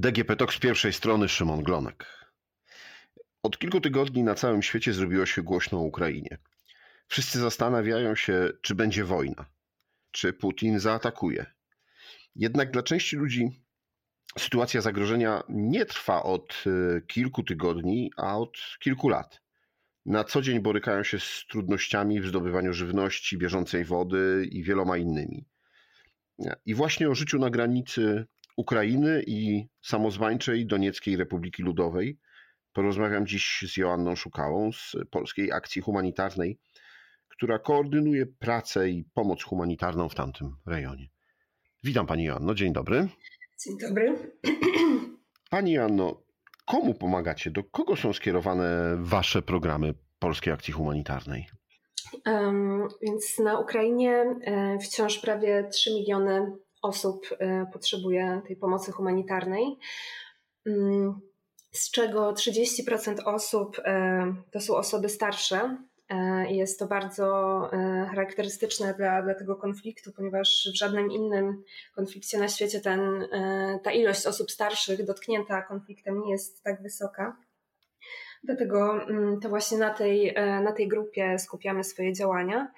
DGP Talk z pierwszej strony, Szymon Glonek. Od kilku tygodni na całym świecie zrobiło się głośno o Ukrainie. Wszyscy zastanawiają się, czy będzie wojna, czy Putin zaatakuje. Jednak dla części ludzi sytuacja zagrożenia nie trwa od kilku tygodni, a od kilku lat. Na co dzień borykają się z trudnościami w zdobywaniu żywności, bieżącej wody i wieloma innymi. I właśnie o życiu na granicy Ukrainy i samozwańczej Donieckiej Republiki Ludowej porozmawiam dziś z Joanną Szukałą z Polskiej Akcji Humanitarnej, która koordynuje pracę i pomoc humanitarną w tamtym rejonie. Witam Pani Joanno, dzień dobry. Dzień dobry. Pani Joanno, komu pomagacie? Do kogo są skierowane Wasze programy Polskiej Akcji Humanitarnej? Więc na Ukrainie wciąż prawie 3 miliony osób potrzebuje tej pomocy humanitarnej, z czego 30% osób to są osoby starsze. Jest to bardzo charakterystyczne dla tego konfliktu, ponieważ w żadnym innym konflikcie na świecie ta ilość osób starszych dotknięta konfliktem nie jest tak wysoka. Dlatego to właśnie na tej grupie skupiamy swoje działania.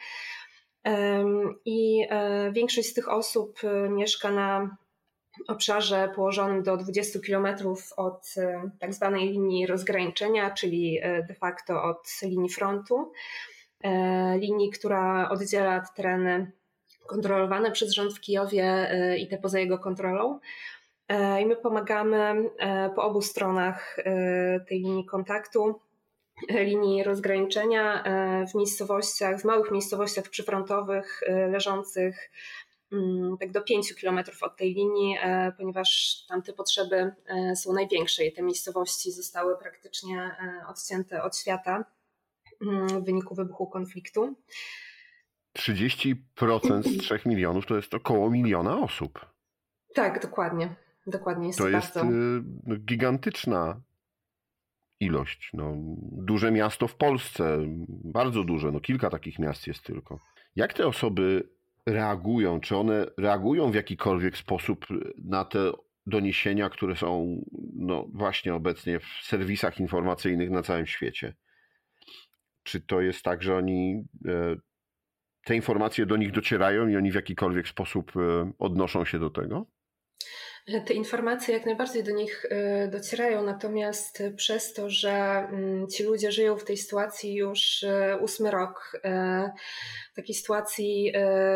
I większość z tych osób mieszka na obszarze położonym do 20 kilometrów od tak zwanej linii rozgraniczenia, czyli de facto od linii frontu, linii, która oddziela te tereny kontrolowane przez rząd w Kijowie i te poza jego kontrolą. I my pomagamy po obu stronach tej linii kontaktu, linii rozgraniczenia w małych miejscowościach przyfrontowych leżących tak do 5 kilometrów od tej linii, ponieważ tam te potrzeby są największe i te miejscowości zostały praktycznie odcięte od świata w wyniku wybuchu konfliktu. 30% z 3 milionów to jest około miliona osób. Tak, dokładnie. Dokładnie jest to jest bardzo gigantyczna ilość. Duże miasto w Polsce, bardzo duże, kilka takich miast jest tylko. Jak te osoby reagują? Czy one reagują w jakikolwiek sposób na te doniesienia, które są właśnie obecnie w serwisach informacyjnych na całym świecie? Czy to jest tak, że te informacje do nich docierają i oni w jakikolwiek sposób odnoszą się do tego? Te informacje jak najbardziej do nich docierają, natomiast przez to, że ci ludzie żyją w tej sytuacji już 8 rok, takiej sytuacji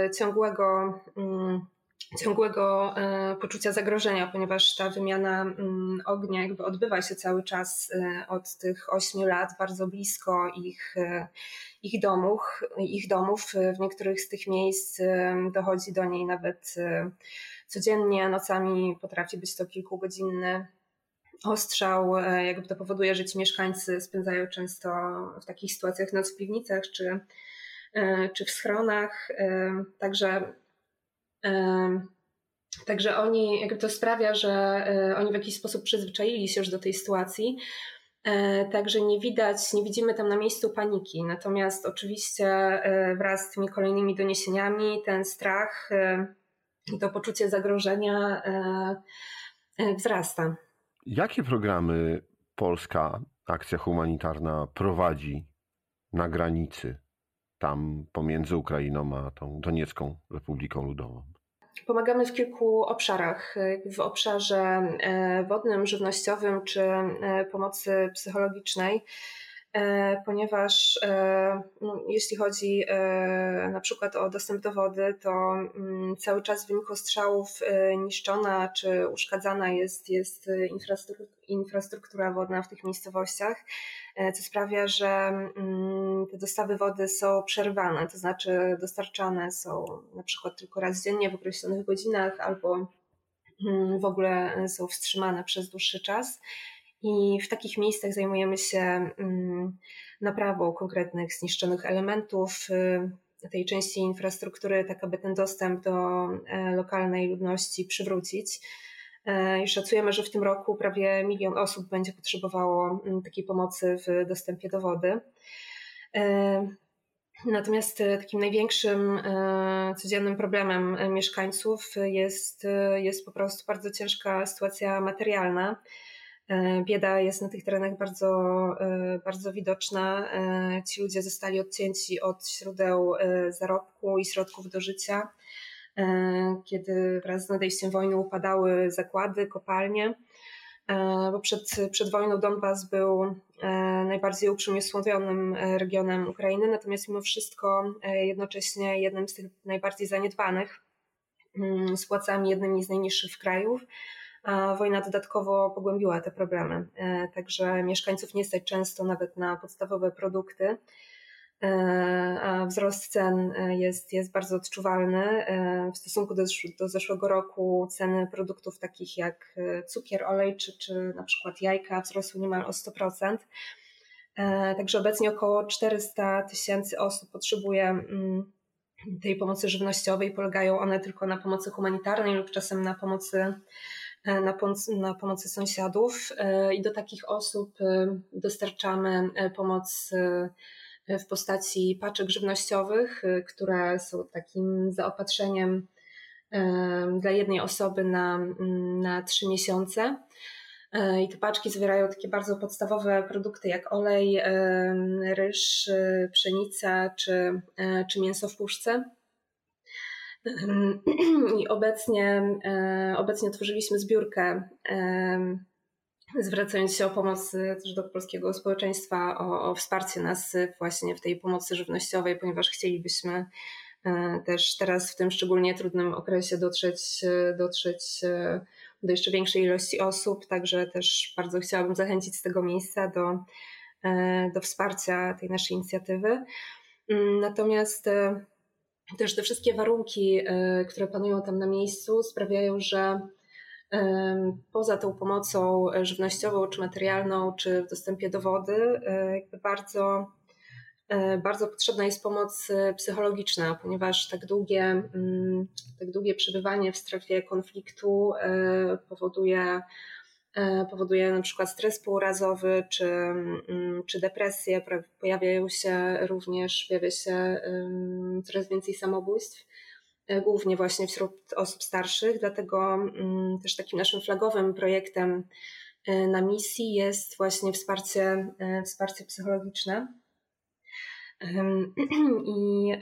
ciągłego poczucia zagrożenia, ponieważ ta wymiana ognia jakby odbywa się cały czas od tych 8 lat bardzo blisko ich domów. W niektórych z tych miejsc dochodzi do niej nawet codziennie, nocami potrafi być to kilkugodzinny ostrzał. Jakby to powoduje, że ci mieszkańcy spędzają często w takich sytuacjach noc w piwnicach czy w schronach. Także oni, jakby to sprawia, że oni w jakiś sposób przyzwyczaili się już do tej sytuacji. Także nie widzimy tam na miejscu paniki. Natomiast oczywiście wraz z tymi kolejnymi doniesieniami ten strach i to poczucie zagrożenia wzrasta. Jakie programy Polska Akcja Humanitarna prowadzi na granicy tam pomiędzy Ukrainą a tą Doniecką Republiką Ludową? Pomagamy w kilku obszarach. W obszarze wodnym, żywnościowym czy pomocy psychologicznej, ponieważ jeśli chodzi na przykład o dostęp do wody, to cały czas w wyniku strzałów niszczona czy uszkadzana jest infrastruktura wodna w tych miejscowościach, co sprawia, że te dostawy wody są przerywane, to znaczy dostarczane są na przykład tylko raz dziennie w określonych godzinach albo w ogóle są wstrzymane przez dłuższy czas. I w takich miejscach zajmujemy się naprawą konkretnych zniszczonych elementów tej części infrastruktury, tak aby ten dostęp do lokalnej ludności przywrócić. I szacujemy, że w tym roku prawie 1 milion osób będzie potrzebowało takiej pomocy w dostępie do wody. Natomiast takim największym codziennym problemem mieszkańców jest po prostu bardzo ciężka sytuacja materialna. Bieda jest na tych terenach bardzo widoczna. Ci ludzie zostali odcięci od źródeł zarobku i środków do życia, kiedy wraz z nadejściem wojny upadały zakłady, kopalnie. Bo przed wojną Donbas był najbardziej uprzemysłowionym regionem Ukrainy, natomiast mimo wszystko jednocześnie jednym z tych najbardziej zaniedbanych, z płacami jednymi z najniższych w kraju. A wojna dodatkowo pogłębiła te problemy, także mieszkańców nie stać często nawet na podstawowe produkty, a wzrost cen jest bardzo odczuwalny. W stosunku do zeszłego roku ceny produktów takich jak cukier, olej czy na przykład jajka wzrosły niemal o 100%. Także obecnie około 400 000 osób potrzebuje tej pomocy żywnościowej. Polegają one tylko na pomocy humanitarnej lub czasem na pomocy sąsiadów i do takich osób dostarczamy pomoc w postaci paczek żywnościowych, które są takim zaopatrzeniem dla jednej osoby na 3 miesiące. I te paczki zawierają takie bardzo podstawowe produkty jak olej, ryż, pszenica czy mięso w puszce. I obecnie otworzyliśmy zbiórkę, zwracając się o pomoc też do polskiego społeczeństwa, o wsparcie nas właśnie w tej pomocy żywnościowej, ponieważ chcielibyśmy też teraz w tym szczególnie trudnym okresie dotrzeć do jeszcze większej ilości osób, także też bardzo chciałabym zachęcić z tego miejsca do wsparcia tej naszej inicjatywy. Natomiast też te wszystkie warunki, które panują tam na miejscu, sprawiają, że poza tą pomocą żywnościową, czy materialną, czy w dostępie do wody, jakby bardzo potrzebna jest pomoc psychologiczna, ponieważ tak długie przebywanie w strefie konfliktu powoduje na przykład stres półrazowy czy depresję. Pojawia się coraz więcej samobójstw, głównie właśnie wśród osób starszych, dlatego też takim naszym flagowym projektem na misji jest właśnie wsparcie psychologiczne. I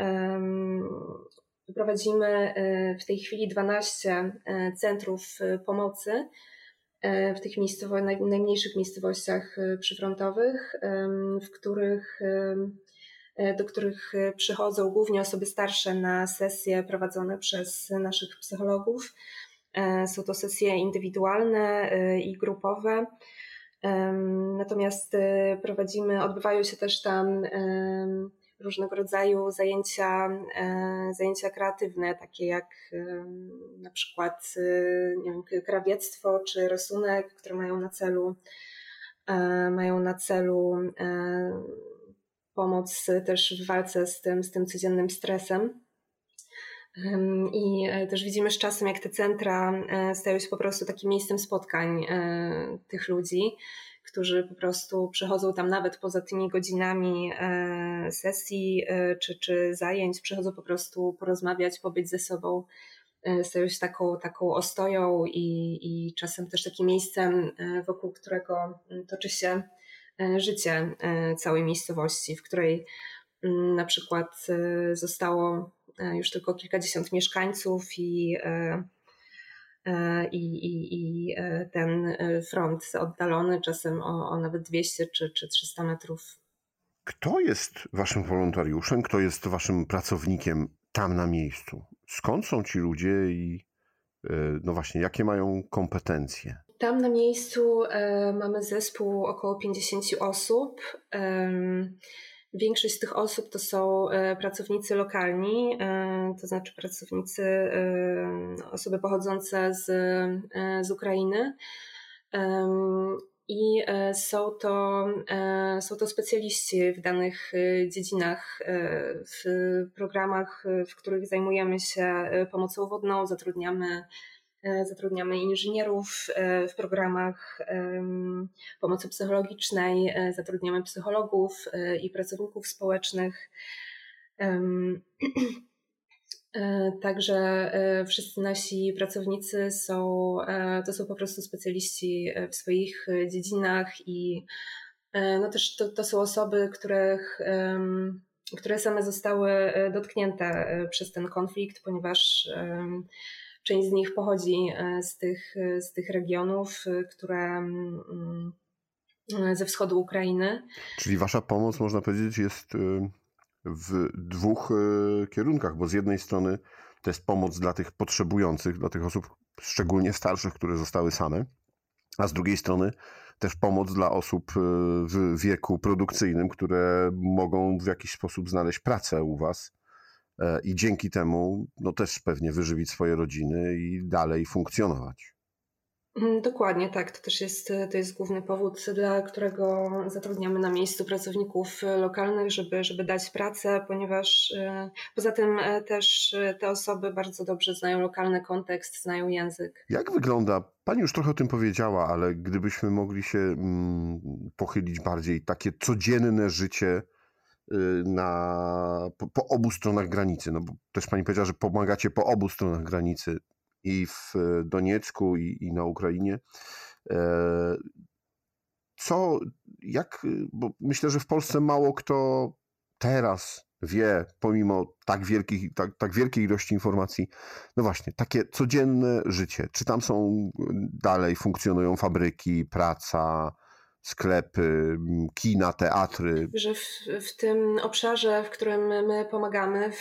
prowadzimy w tej chwili 12 centrów pomocy w tych najmniejszych miejscowościach przyfrontowych, do których przychodzą głównie osoby starsze na sesje prowadzone przez naszych psychologów. Są to sesje indywidualne i grupowe. Natomiast odbywają się też tam różnego rodzaju zajęcia kreatywne, takie jak na przykład nie wiem, krawiectwo czy rysunek, które mają na celu pomoc też w walce z tym codziennym stresem. I też widzimy z czasem, jak te centra stają się po prostu takim miejscem spotkań tych ludzi, którzy po prostu przychodzą tam nawet poza tymi godzinami sesji czy zajęć, przychodzą po prostu porozmawiać, pobyć ze sobą, stają się taką ostoją i czasem też takim miejscem, wokół którego toczy się życie całej miejscowości, w której na przykład zostało już tylko kilkadziesiąt mieszkańców i ten front oddalony czasem o nawet 200 czy 300 metrów. Kto jest waszym wolontariuszem? Kto jest waszym pracownikiem tam na miejscu? Skąd są ci ludzie i no właśnie, jakie mają kompetencje? Tam na miejscu mamy zespół około 50 osób. Większość z tych osób to są pracownicy lokalni, to znaczy osoby pochodzące z Ukrainy. I są to specjaliści w danych dziedzinach, w programach, w których zajmujemy się pomocą wodną, zatrudniamy inżynierów, w programach pomocy psychologicznej zatrudniamy psychologów i pracowników społecznych. Także wszyscy nasi pracownicy to są po prostu specjaliści w swoich dziedzinach i no też to są osoby, które same zostały dotknięte przez ten konflikt, ponieważ część z nich pochodzi z tych regionów, które ze wschodu Ukrainy. Czyli wasza pomoc, można powiedzieć, jest w dwóch kierunkach, bo z jednej strony to jest pomoc dla tych potrzebujących, dla tych osób szczególnie starszych, które zostały same, a z drugiej strony też pomoc dla osób w wieku produkcyjnym, które mogą w jakiś sposób znaleźć pracę u was i dzięki temu no też pewnie wyżywić swoje rodziny i dalej funkcjonować. Dokładnie tak, to jest główny powód, dla którego zatrudniamy na miejscu pracowników lokalnych, żeby dać pracę, ponieważ poza tym też te osoby bardzo dobrze znają lokalny kontekst, znają język. Jak wygląda, pani już trochę o tym powiedziała, ale gdybyśmy mogli się pochylić bardziej, takie codzienne życie po obu stronach granicy, no bo też pani powiedziała, że pomagacie po obu stronach granicy, i w Doniecku, i na Ukrainie. Bo myślę, że w Polsce mało kto teraz wie, pomimo tak wielkiej ilości informacji, no właśnie, takie codzienne życie. Czy tam dalej funkcjonują fabryki, praca, sklepy, kina, teatry? Że w tym obszarze, w którym my pomagamy,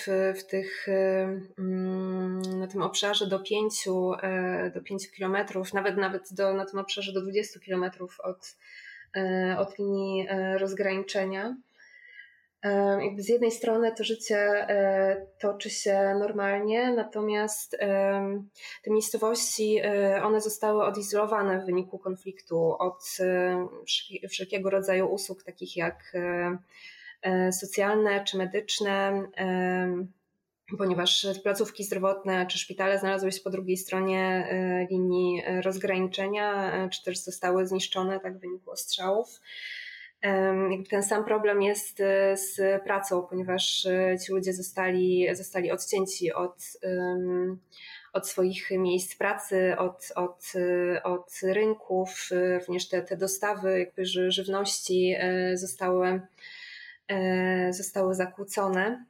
na tym obszarze do 5 kilometrów, nawet na tym obszarze do 20 kilometrów od linii rozgraniczenia. Jakby z jednej strony to życie toczy się normalnie, natomiast te miejscowości, one zostały odizolowane w wyniku konfliktu od wszelkiego rodzaju usług, takich jak socjalne czy medyczne, ponieważ placówki zdrowotne czy szpitale znalazły się po drugiej stronie linii rozgraniczenia, czy też zostały zniszczone tak w wyniku ostrzałów. Jakby ten sam problem jest z pracą, ponieważ ci ludzie zostali odcięci od swoich miejsc pracy, od rynków, również te dostawy jakby żywności zostały zakłócone.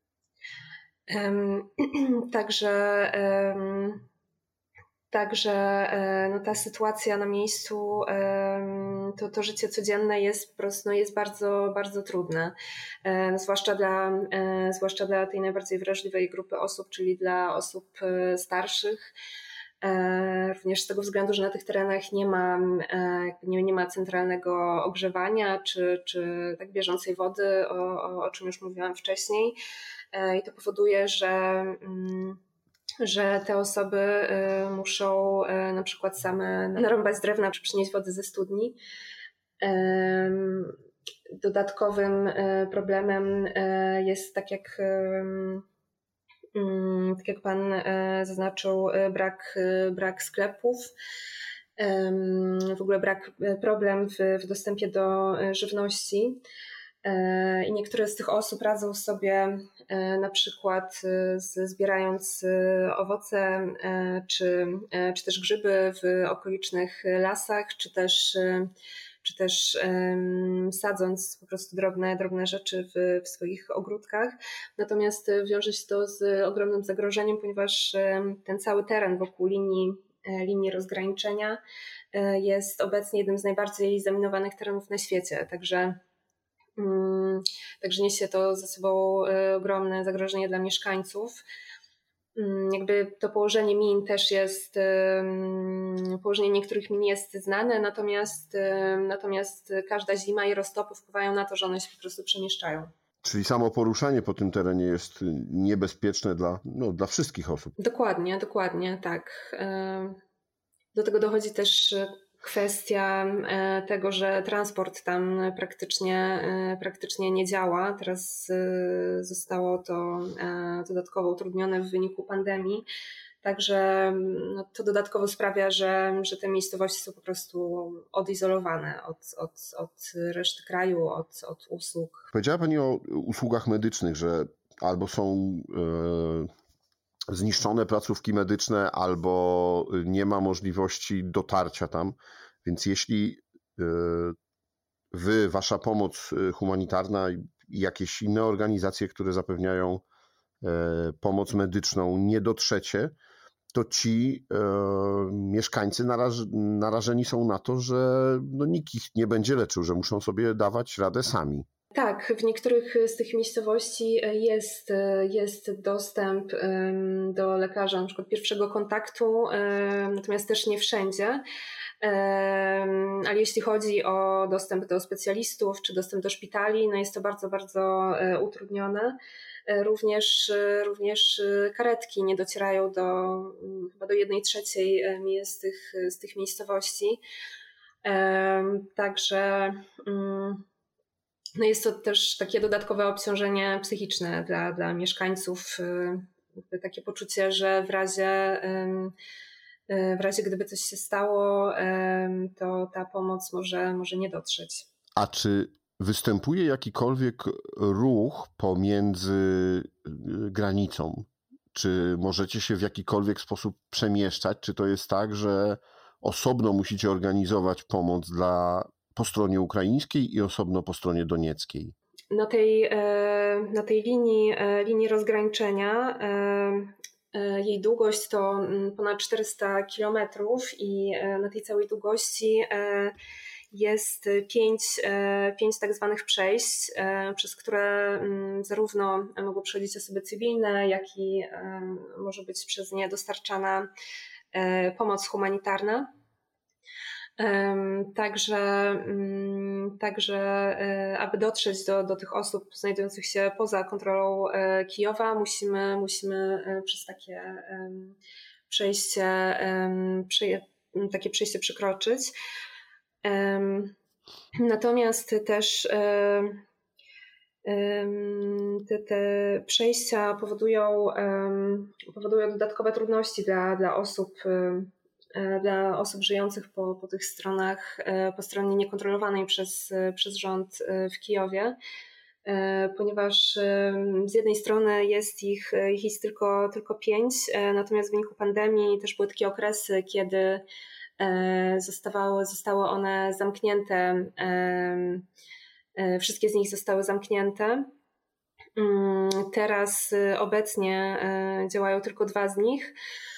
Także no, ta sytuacja na miejscu, to życie codzienne jest po prostu jest bardzo, bardzo trudne. Zwłaszcza dla tej najbardziej wrażliwej grupy osób, czyli dla osób starszych. Również z tego względu, że na tych terenach nie ma centralnego ogrzewania czy tak bieżącej wody, o czym już mówiłam wcześniej. I to powoduje, że te osoby muszą na przykład same narąbać drewna czy przynieść wody ze studni. Dodatkowym problemem jest, tak jak pan zaznaczył, brak sklepów. W ogóle problem w dostępie do żywności. I niektóre z tych osób radzą sobie na przykład zbierając owoce czy też grzyby w okolicznych lasach, czy też sadząc po prostu drobne rzeczy w swoich ogródkach. Natomiast wiąże się to z ogromnym zagrożeniem, ponieważ ten cały teren wokół linii rozgraniczenia jest obecnie jednym z najbardziej zaminowanych terenów na świecie. Także niesie to ze sobą ogromne zagrożenie dla mieszkańców. Jakby to położenie min też jest, położenie niektórych min jest znane, natomiast każda zima i roztopy wpływają na to, że one się po prostu przemieszczają. Czyli samo poruszanie po tym terenie jest niebezpieczne dla wszystkich osób. Dokładnie, tak. Do tego dochodzi też kwestia tego, że transport tam praktycznie nie działa. Teraz zostało to dodatkowo utrudnione w wyniku pandemii. Także no, to dodatkowo sprawia, że te miejscowości są po prostu odizolowane od reszty kraju, od usług. Powiedziała Pani o usługach medycznych, że albo są zniszczone placówki medyczne, albo nie ma możliwości dotarcia tam. Więc jeśli wasza pomoc humanitarna i jakieś inne organizacje, które zapewniają pomoc medyczną, nie dotrzecie, to ci mieszkańcy narażeni są na to, że nikt ich nie będzie leczył, że muszą sobie dawać radę sami. Tak, w niektórych z tych miejscowości jest dostęp do lekarza, na przykład pierwszego kontaktu, natomiast też nie wszędzie. Ale jeśli chodzi o dostęp do specjalistów czy dostęp do szpitali, jest to bardzo, bardzo utrudnione. Również karetki nie docierają chyba do 1/3 z tych miejscowości. Także jest to też takie dodatkowe obciążenie psychiczne dla mieszkańców, takie poczucie, że w razie gdyby coś się stało, to ta pomoc może nie dotrzeć. A czy występuje jakikolwiek ruch pomiędzy granicą? Czy możecie się w jakikolwiek sposób przemieszczać? Czy to jest tak, że osobno musicie organizować pomoc po stronie ukraińskiej i osobno po stronie donieckiej? Na tej linii rozgraniczenia jej długość to ponad 400 kilometrów i na tej całej długości jest pięć tak zwanych przejść, przez które zarówno mogą przechodzić osoby cywilne, jak i może być przez nie dostarczana pomoc humanitarna. Także aby dotrzeć do tych osób znajdujących się poza kontrolą Kijowa, musimy przez takie przejście przekroczyć. Natomiast też te przejścia powodują dodatkowe trudności dla osób żyjących po tych stronach, po stronie niekontrolowanej przez rząd w Kijowie, ponieważ z jednej strony jest ich tylko 5, natomiast w wyniku pandemii też były takie okresy, kiedy zostały one zamknięte, wszystkie z nich zostały zamknięte. Teraz obecnie działają tylko 2 z nich.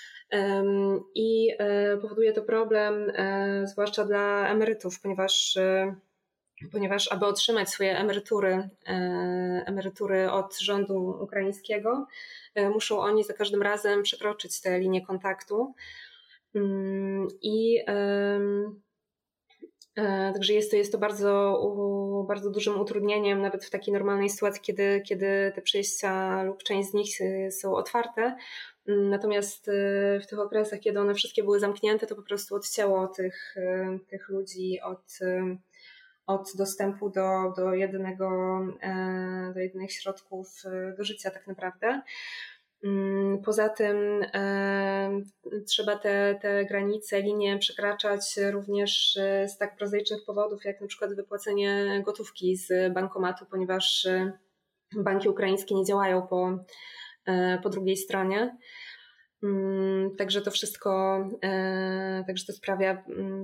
I powoduje to problem, zwłaszcza dla emerytów, ponieważ aby otrzymać swoje emerytury od rządu ukraińskiego, muszą oni za każdym razem przekroczyć tę linię kontaktu. Także jest to bardzo dużym utrudnieniem, nawet w takiej normalnej sytuacji, kiedy te przejścia lub część z nich są otwarte. Natomiast w tych okresach, kiedy one wszystkie były zamknięte, to po prostu odcięło tych ludzi od dostępu do jedynych środków do życia tak naprawdę. Poza tym trzeba te granice, linie przekraczać również z tak prozaicznych powodów, jak na przykład wypłacenie gotówki z bankomatu, ponieważ banki ukraińskie nie działają po drugiej stronie. Także to wszystko, także to sprawia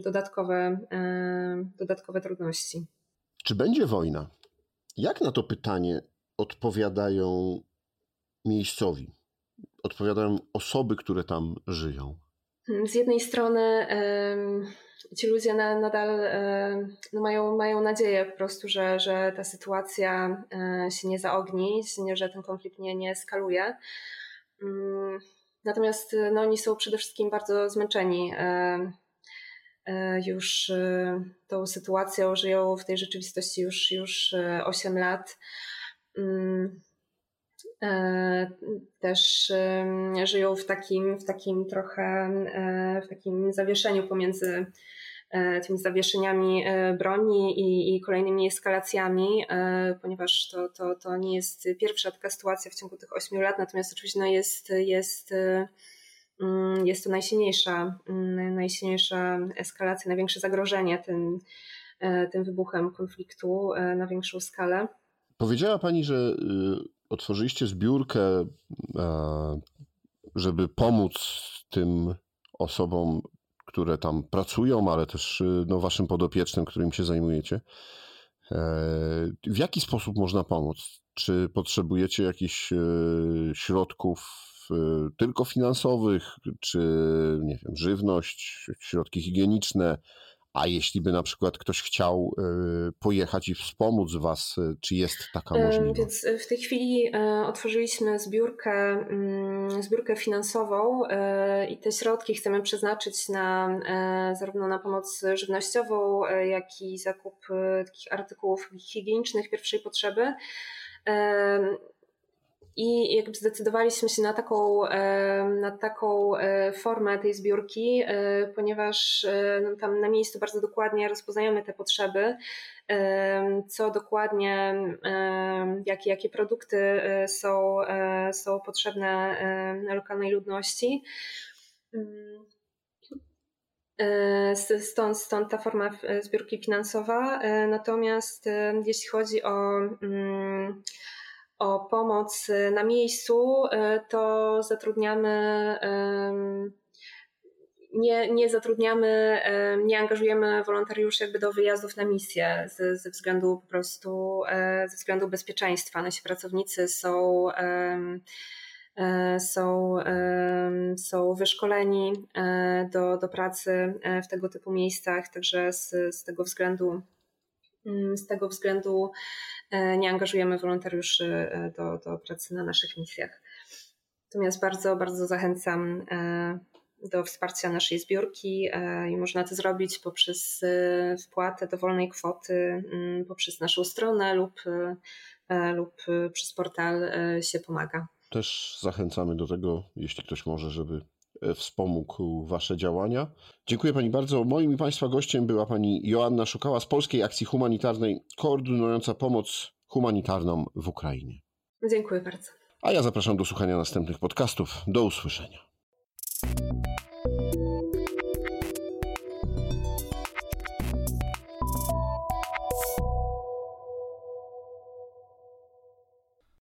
dodatkowe trudności. Czy będzie wojna? Jak na to pytanie odpowiadają miejscowi? Odpowiadają osoby, które tam żyją? Z jednej strony ci ludzie nadal mają nadzieję po prostu, że ta sytuacja się nie zaogni, że ten konflikt nie eskaluje. Natomiast oni są przede wszystkim bardzo zmęczeni już tą sytuacją, żyją w tej rzeczywistości już 8 lat. Też żyją w takim trochę w takim zawieszeniu pomiędzy tymi zawieszeniami broni i kolejnymi eskalacjami, ponieważ to nie jest pierwsza taka sytuacja w ciągu tych 8 lat, natomiast oczywiście jest to najsilniejsza eskalacja, największe zagrożenie tym wybuchem konfliktu na większą skalę. Powiedziała Pani, że Otworzyliście zbiórkę, żeby pomóc tym osobom, które tam pracują, ale też waszym podopiecznym, którym się zajmujecie. W jaki sposób można pomóc? Czy potrzebujecie jakichś środków tylko finansowych, czy nie wiem, żywność, środki higieniczne? A jeśli by na przykład ktoś chciał pojechać i wspomóc was, czy jest taka możliwość? Więc w tej chwili otworzyliśmy zbiórkę finansową i te środki chcemy przeznaczyć zarówno na pomoc żywnościową, jak i zakup takich artykułów higienicznych pierwszej potrzeby. I jakby zdecydowaliśmy się na taką formę tej zbiórki, ponieważ tam na miejscu bardzo dokładnie rozpoznajemy te potrzeby, co dokładnie, jakie produkty są potrzebne lokalnej ludności. Stąd ta forma zbiórki finansowa. Natomiast jeśli chodzi o pomoc na miejscu, to nie angażujemy wolontariuszy jakby do wyjazdów na misję ze względu po prostu, ze względu bezpieczeństwa. Nasi pracownicy są wyszkoleni do pracy w tego typu miejscach, także z tego względu nie angażujemy wolontariuszy do pracy na naszych misjach. Natomiast bardzo, bardzo zachęcam do wsparcia naszej zbiórki i można to zrobić poprzez wpłatę dowolnej kwoty, poprzez naszą stronę lub przez portal się pomaga. Też zachęcamy do tego, jeśli ktoś może, żeby wspomógł wasze działania. Dziękuję pani bardzo. Moim i państwa gościem była pani Joanna Szukała z Polskiej Akcji Humanitarnej, koordynująca pomoc humanitarną w Ukrainie. Dziękuję bardzo. A ja zapraszam do słuchania następnych podcastów. Do usłyszenia.